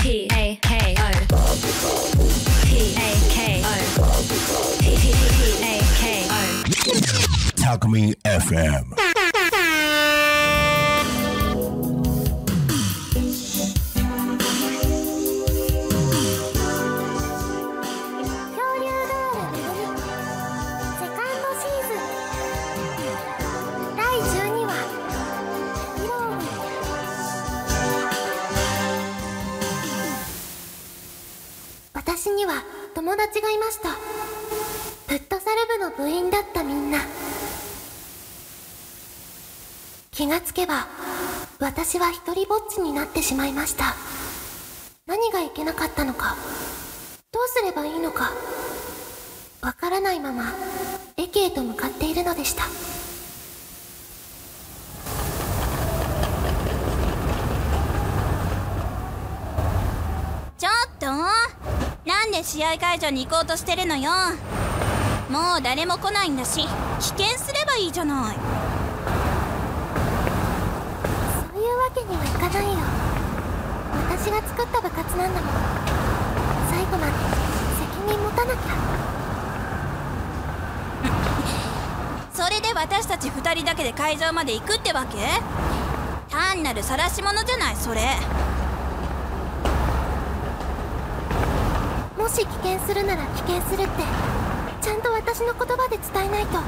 Talkme FM。 私には友達がいました。フットサル部の部員だったみんな。気がつけば私は一人ぼっちになってしまいました。何がいけなかったのか、どうすればいいのかわからないまま駅へと向かっているのでした。 ちょっと、なんで試合会場に行こうとしてるのよ。もう誰も来ないんだし、棄権すればいいじゃない。 そういうわけにはいかないよ。私が作った部活なんだもん。最後まで責任持たなきゃ。 それで私たち2人だけで会場まで行くってわけ？単なる晒し者じゃないそれ。 もし棄権するなら棄権するってちゃんと私の言葉で伝えないと。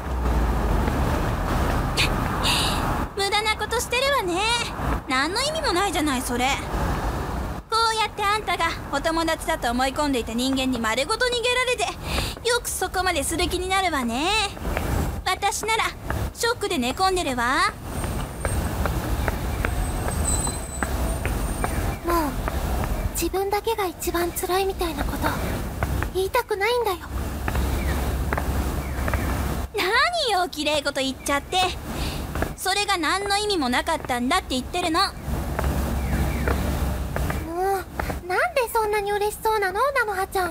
無駄なことしてるわね。何の意味もないじゃないそれ。こうやってあんたがお友達だと思い込んでいた人間に丸ごと逃げられて、よくそこまでする気になるわね。私ならショックで寝込んでるわ。 もう自分だけが一番辛いみたいなこと言いたくないんだよ。 何よきれい事言っちゃって。それが何の意味もなかったんだって言ってるの。 もうなんでそんなに嬉しそうなのなのはちゃん。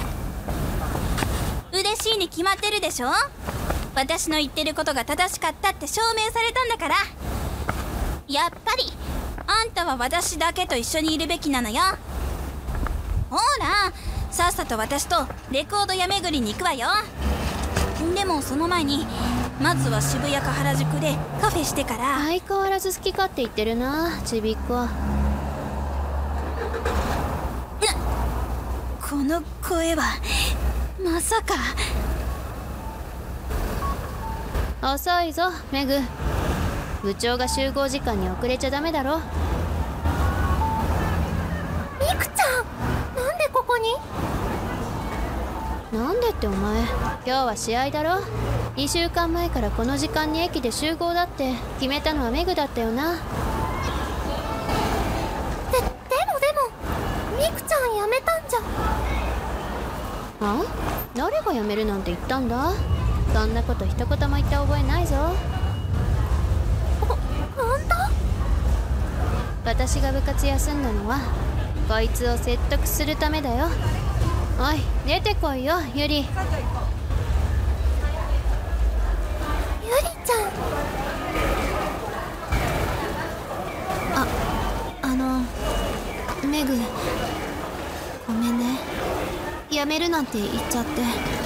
嬉しいに決まってるでしょ。私の言ってることが正しかったって証明されたんだから。やっぱりあんたは私だけと一緒にいるべきなのよ。ほら、さっさと私とレコード屋巡りに行くわよ。でもその前にまずは渋谷か原宿でカフェしてから。 相変わらず好き勝手言ってるな、ちびっこ。 この声はまさか。 遅いぞメグ。部長が集合時間に遅れちゃダメだろ。 ミクちゃん、なんでここに？ なんでってお前、今日は試合だろ。2週間前からこの時間に駅で集合だって決めたのはメグだったよな。 でもミクちゃん辞めたんじゃ。 あ？誰が辞めるなんて言ったんだ？そんなこと一言も言った覚えないぞ。 あんた？ 私が部活休んだのはこいつを説得するためだよ。おい、出てこいよユリ。 ゆりちゃん。 メグ、ごめんね。辞めるなんて言っちゃって。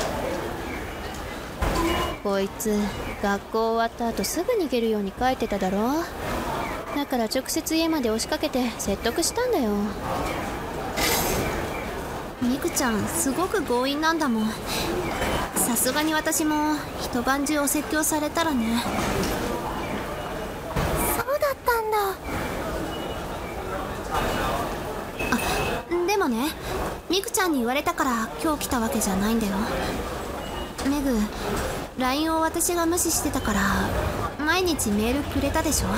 こいつ学校終わった後すぐ逃げるように書いてただろ。だから直接家まで押しかけて説得したんだよ。 ミクちゃんすごく強引なんだもん。さすがに私も一晩中お説教されたらね。 そうだったんだ。 でもね、ミクちゃんに言われたから今日来たわけじゃないんだよ。メグ、LINE を私が無視してたから毎日メールくれたでしょ。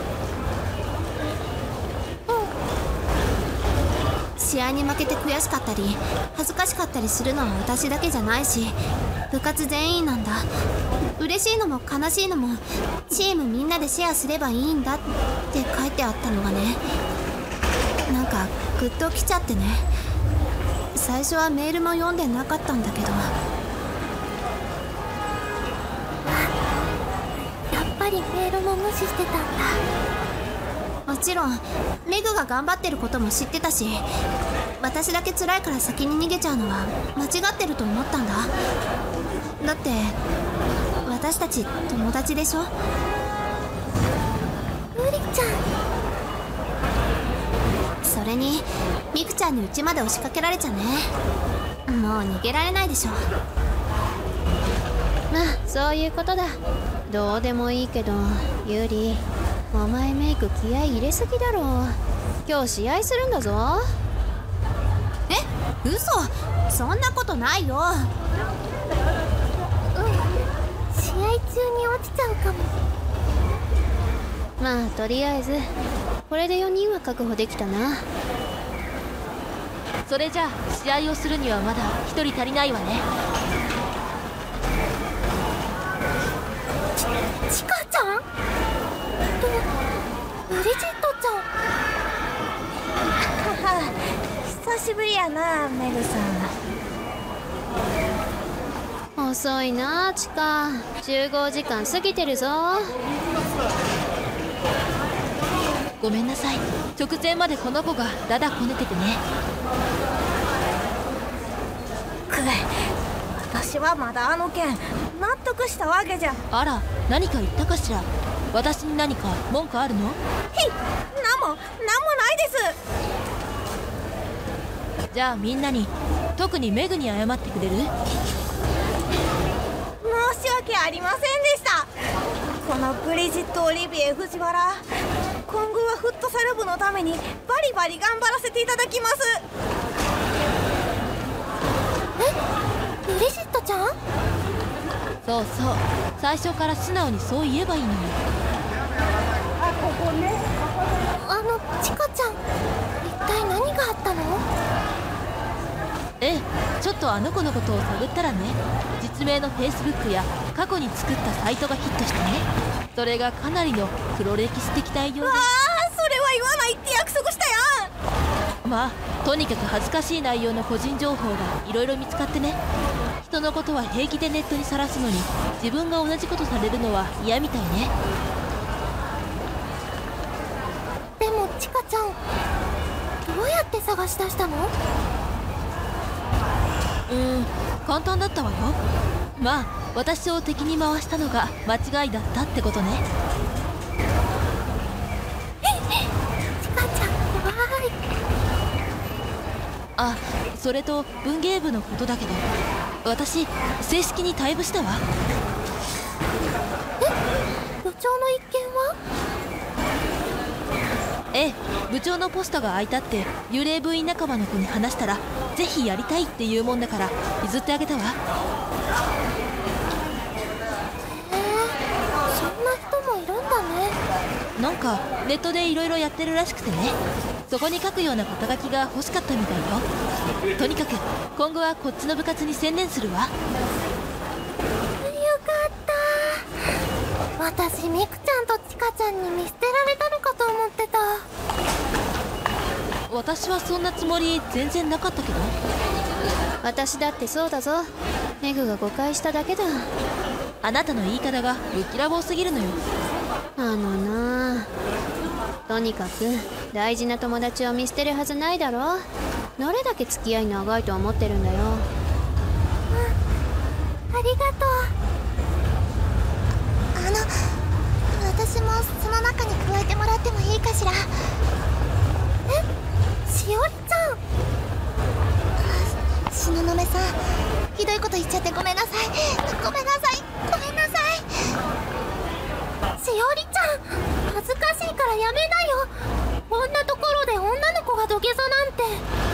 試合に負けて悔しかったり恥ずかしかったりするのは私だけじゃないし、部活全員なんだ。嬉しいのも悲しいのもチームみんなでシェアすればいいんだって書いてあったのがね、なんかグッときちゃってね。最初はメールも読んでなかったんだけど。 やっぱりメールも無視してたんだ。 もちろんメグが頑張ってることも知ってたし、私だけ辛いから先に逃げちゃうのは間違ってると思ったんだ。だって私たち友達でしょ。 ウリちゃん。 それにミクちゃんに家まで押しかけられちゃね。もう逃げられないでしょ。 まあそういうことだ。どうでもいいけど、ユリ、お前メイク気合い入れすぎだろ。今日試合するんだぞ。 え、嘘、そんなことないよ。 試合中に落ちちゃうかも。 まあとりあえずこれで4人は確保できたな。 それじゃあ試合をするにはまだ1人足りないわね。 チカちゃんとブリジットちゃん。 久しぶりやな、メグさん。 遅いなチカ、集合時間過ぎてるぞ。 ごめんなさい、直前までこの子がダダこねててね。 私はまだあの件納得したわけじゃ。 あら、何か言ったかしら。私に何か文句あるの？ なんもないです。 じゃあみんなに、特にメグに謝ってくれる？ 申し訳ありませんでした。このブリジット・オリビエ藤原、今後はフットサル部のためにバリバリ頑張らせていただきます。 ブリジットちゃん。 そうそう、最初から素直にそう言えばいいのよ。 チカちゃん、一体何があったの？ ええ、ちょっとあの子のことを探ったらね、実名の Facebook や過去に作ったサイトがヒットしてね。それがかなりの黒歴史的内容で、 それは言わないって約束したやん。 まあとにかく恥ずかしい内容の個人情報がいろいろ見つかってね。人のことは平気でネットにさらすのに、自分が同じことされるのは嫌みたいね。 でもチカちゃん、どうやって探し出したの？ 簡単だったわよ。まあ私を敵に回したのが間違いだったってことね。 チカちゃん、怖い。 あ、それと文芸部のことだけど、私正式に退部したわ。 部長の一件は？ ええ、部長のポストが空いたって幽霊部員仲間の子に話したら、ぜひやりたいって言うもんだから譲ってあげたわ。 そんな人もいるんだね。 なんかネットでいろいろやってるらしくてね、そこに書くような肩書きが欲しかったみたいよ。とにかく今後はこっちの部活に専念するわ。 よかった。私ミクちゃんとチカちゃんに見捨てられたのかと思ってた。 私はそんなつもり全然なかったけど。 私だってそうだぞ。メグが誤解しただけだ。 あなたの言い方がぶっきらぼうすぎるのよ。 なあ、とにかく大事な友達を見捨てるはずないだろ。どれだけ付き合い長いと思ってるんだよ。 ありがとう。私もその中に加えてもらってもいいかしら？しおりちゃん。東雲さん、ひどいこと言っちゃってごめんなさい。ごめんなさい。しおりちゃん、恥ずかしいからやめなよ。こんなところで女の子が土下座なんて。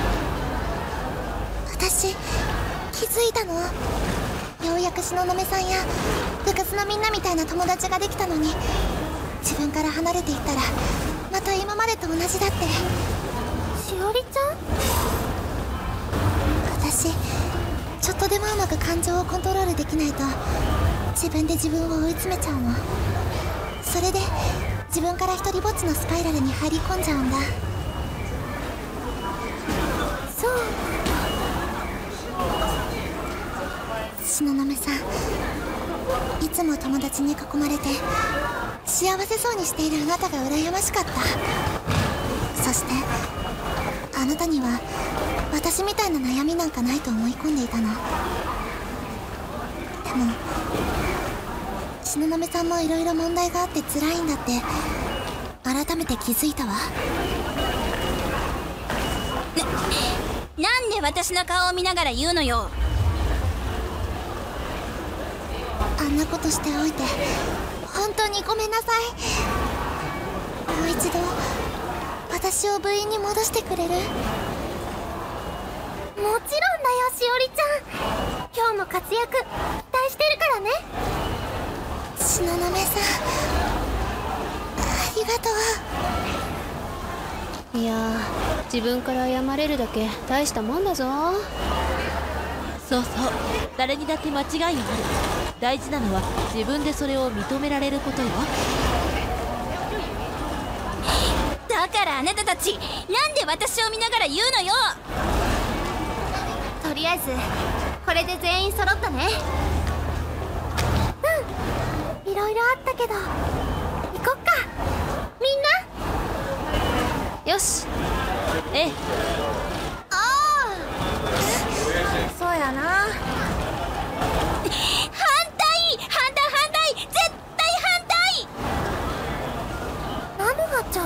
私気づいたの。ようやく東雲さんや部活のみんなみたいな友達ができたのに、自分から離れていったらまた今までと同じだって。しおりちゃん、私ちょっとでもうまく感情をコントロールできないと自分で自分を追い詰めちゃうの。それで自分から一人ぼっちのスパイラルに入り込んじゃうんだ。そう東雲さん、いつも友達に囲まれて幸せそうにしているあなたが羨ましかった。そしてあなたには私みたいな悩みなんかないと思い込んでいたの。でも東雲さんもいろいろ問題があって辛いんだって改めて気づいたわ。 なんで私の顔を見ながら言うのよ。 あんなことしておいて本当にごめんなさい。もう一度私を部員に戻してくれる？もちろんだよ、しおりちゃん。今日も活躍期待してるからね。東雲さん、ありがとう。 いやー、自分から謝れるだけ大したもんだぞ。 そうそう、誰にだって間違いはある。大事なのは自分でそれを認められることよ。 だからあなたたちなんで私を見ながら言うのよ。 とりあえずこれで全員揃ったね。 いろいろあったけど行こっかみんな。 よし。 ええ、 そうやな。 反対絶対反対。 ナノハちゃ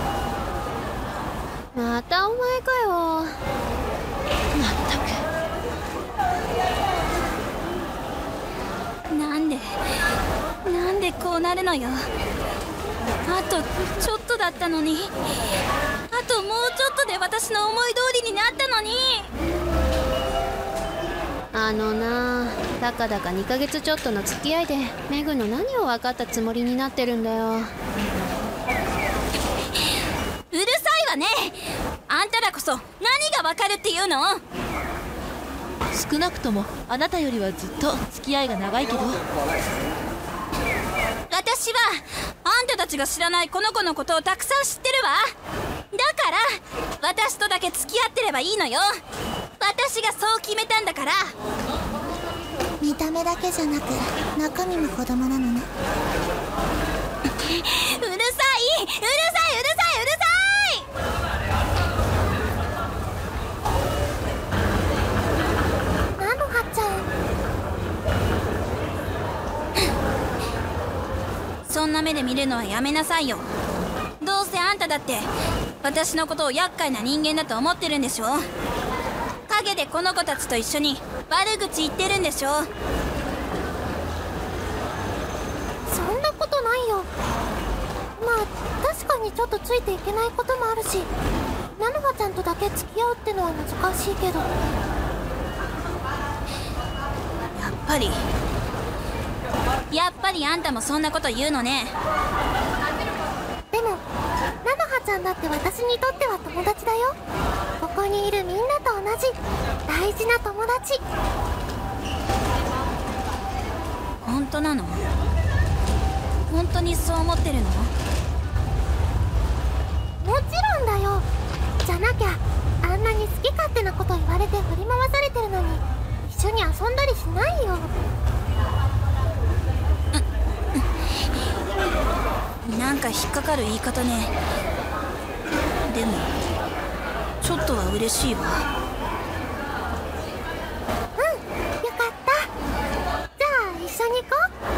ん、 またお前かよ。 まったく。 なんでこうなるのよ。あとちょっとだったのに。あともうちょっとで私の思い通りになったのに。 たかだか2ヶ月ちょっとの付き合いでメグの何を分かったつもりになってるんだよ。 うるさいわね。あんたらこそ何がわかるっていうの。 少なくともあなたよりはずっと付き合いが長いけど。 私はあんたたちが知らないこの子のことをたくさん知ってるわ。だから私とだけ付き合ってればいいのよ。私がそう決めたんだから。 見た目だけじゃなく中身も子供なのね。 うるさい。 ナノハちゃん、 そんな目で見るのはやめなさいよ。どうせあんただって私のことを厄介な人間だと思ってるんでしょ。陰でこの子たちと一緒に悪口言ってるんでしょ。 そんなことないよ。まあ確かにちょっとついていけないこともあるし、ナノハちゃんとだけ付き合うってのは難しいけど。 やっぱりあんたもそんなこと言うのね。 でもナノハちゃんだって私にとっては友達だよ。ここにいるみんなと同じ大事な友達。 本当なの？本当にそう思ってるの？ もちろんだよ。じゃなきゃあんなに好き勝手なこと言われて振り回されてるのに一緒に遊んだりしないよ。 なんか引っかかる言い方ね。でもちょっとは嬉しいわ。 よかった。じゃあ一緒に行こ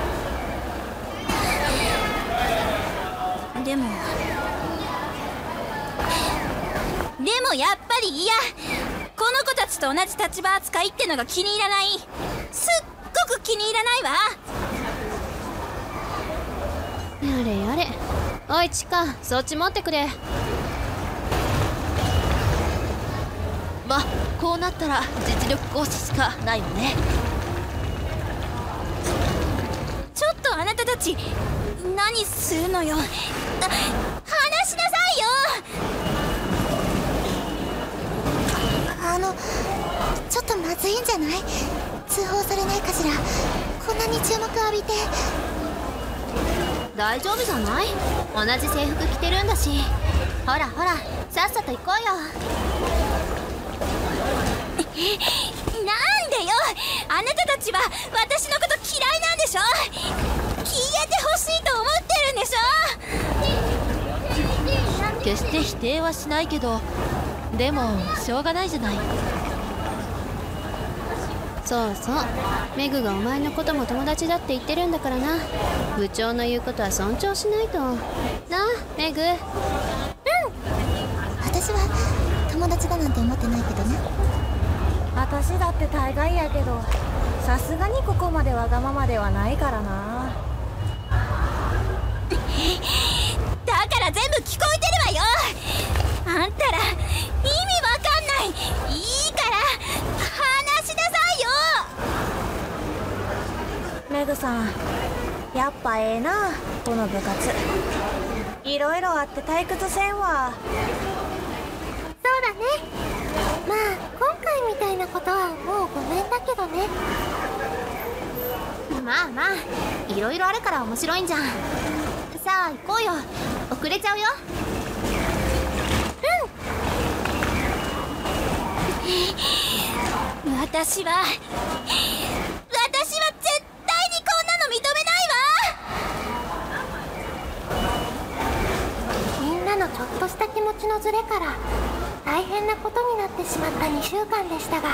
でもやっぱり嫌。この子たちと同じ立場扱いってのが気に入らない。すっごく気に入らないわ。 やれやれ。おいチカ、そっち持ってくれ。 ま、こうなったら実力行使しかないわね。 ちょっとあなたたち何するのよ。話しなさいよ。 ちょっとまずいんじゃない？通報されないかしら。こんなに注目浴びて。 大丈夫じゃない？同じ制服着てるんだし。ほらほら、さっさと行こうよ。 なんでよ。あなたたちは私のこと嫌いなんでしょ。消えてほしいと思ってるんででしょ。 決して否定はしないけど、でもしょうがないじゃない。 そうそう、メグがお前のことも友達だって言ってるんだからな。部長の言うことは尊重しないとなあ。メグ。 私は友達だなんて思ってないけどね。 私だって大概やけど、さすがにここまでわがままではないからな。 だから全部聞こえてるわよ。あんたら意味わかんない。いいから話しなさいよ。 メグさん、やっぱええなこの部活。いろいろあって退屈せんわ。 そうだね。まあ今回みたいなことはもうごめんだけどね。 まあまあ、いろいろあるから面白いんじゃん。さあ行こうよ、遅れちゃうよ。 私は絶対にこんなの認めないわ。 みんなのちょっとした気持ちのズレから大変なことになってしまった2週間でしたが、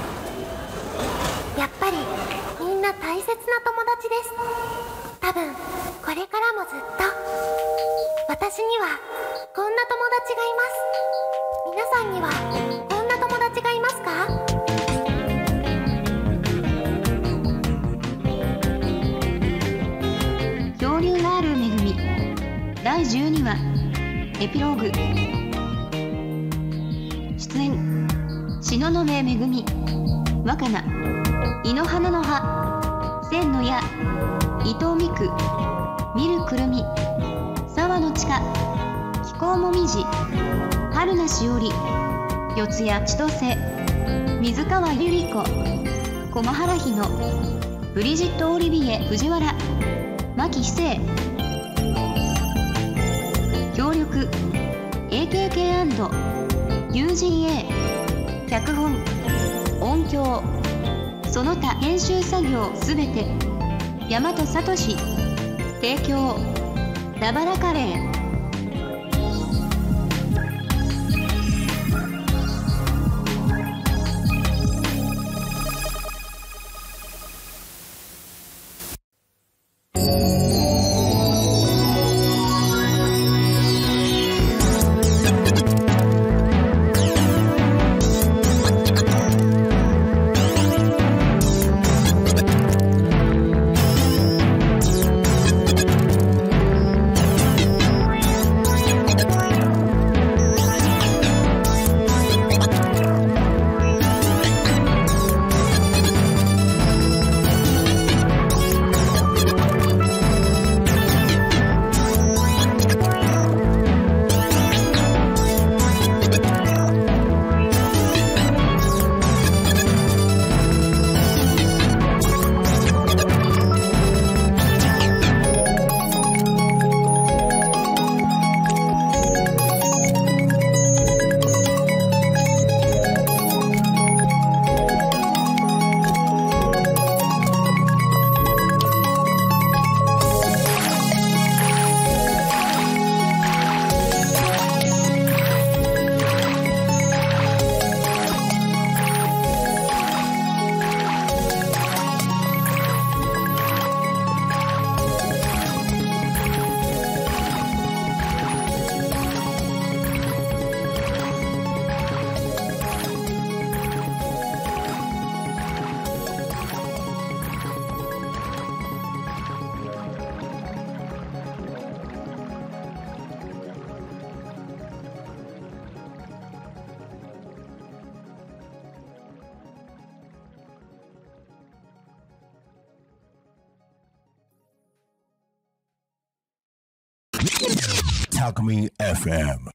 やっぱりみんな大切な友達です。多分これからもずっと私にはこんな友達がいます。皆さんにはこんな友達がいますか？ 恐竜がある恵み第12話エピローグ。出演東雲めぐみ、若菜、井の花の葉、千の矢、伊藤美久、ミルくるみ、沢野千佳、気候もみじ、春名しおり、四谷千歳、水川ゆり子、駒原日野、ブリジット・オリビエ藤原、牧飛生。協力 AKK&UGA。 脚本音響その他編集作業すべて大和聡。提供ラバラカレー。 Talk Me FM